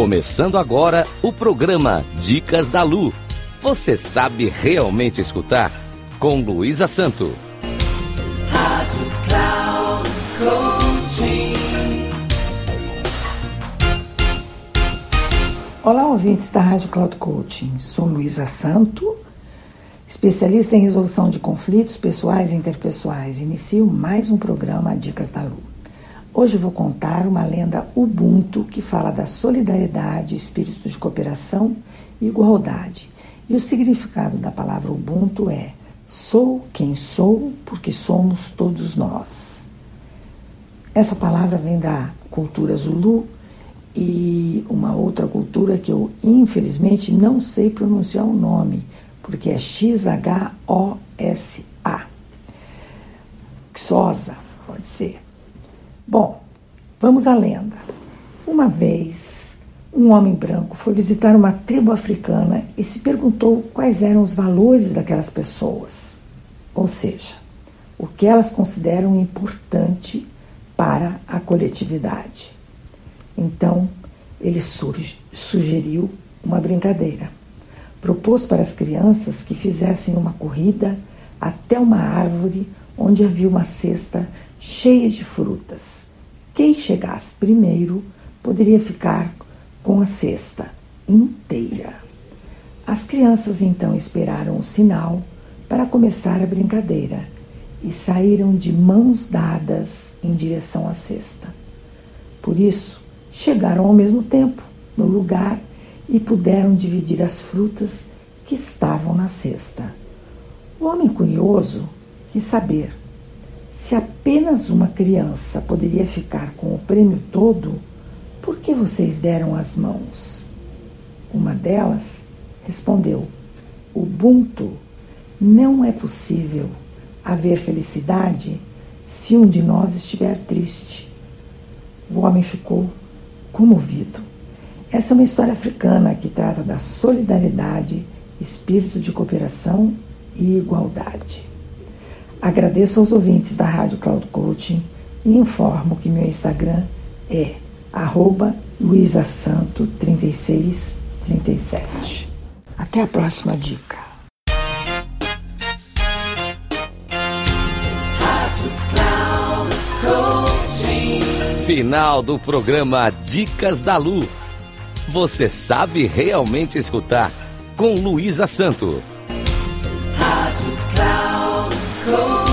Começando agora o programa Dicas da Lu. Você sabe realmente escutar? Com Luísa Santo. Rádio Cloud Coaching. Olá, ouvintes da Rádio Cloud Coaching. Sou Luísa Santo, especialista em resolução de conflitos pessoais e interpessoais. Inicio mais um programa Dicas da Lu. Hoje vou contar uma lenda Ubuntu que fala da solidariedade, espírito de cooperação e igualdade. E o significado da palavra Ubuntu é: sou quem sou porque somos todos nós. Essa palavra vem da cultura Zulu e uma outra cultura que eu infelizmente não sei pronunciar o nome, porque é Xosa. Xosa, pode ser. Bom, vamos à lenda. Uma vez, um homem branco foi visitar uma tribo africana e se perguntou quais eram os valores daquelas pessoas, ou seja, o que elas consideram importante para a coletividade. Então, ele sugeriu uma brincadeira. Propôs para as crianças que fizessem uma corrida até uma árvore onde havia uma cesta cheia de frutas. Quem chegasse primeiro poderia ficar com a cesta inteira. As crianças então esperaram o sinal para começar a brincadeira e saíram de mãos dadas em direção à cesta. Por isso, chegaram ao mesmo tempo no lugar e puderam dividir as frutas que estavam na cesta. O homem curioso quis saber: se apenas uma criança poderia ficar com o prêmio todo, por que vocês deram as mãos? Uma delas respondeu: Ubuntu, não é possível haver felicidade se um de nós estiver triste. O homem ficou comovido. Essa é uma história africana que trata da solidariedade, espírito de cooperação e igualdade. Agradeço aos ouvintes da Rádio Cloud Coaching e informo que meu Instagram é @luisasanto3637. Até a próxima dica. Final do programa Dicas da Lu. Você sabe realmente escutar? Com Luísa Santo. Rádio Cloud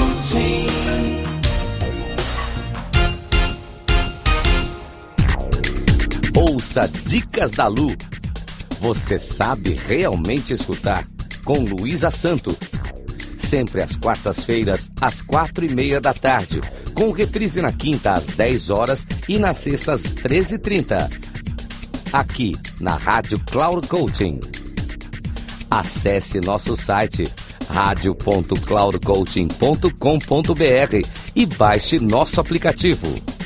Coaching. Ouça Dicas da Lu. Você sabe realmente escutar? Com Luísa Santo. Sempre às quartas-feiras, às 4:30 da tarde. Com reprise na quinta, às 10 horas e nas sextas, às 13h30. Aqui, na Rádio Cloud Coaching. Acesse nosso site radio.cloudcoaching.com.br e baixe nosso aplicativo.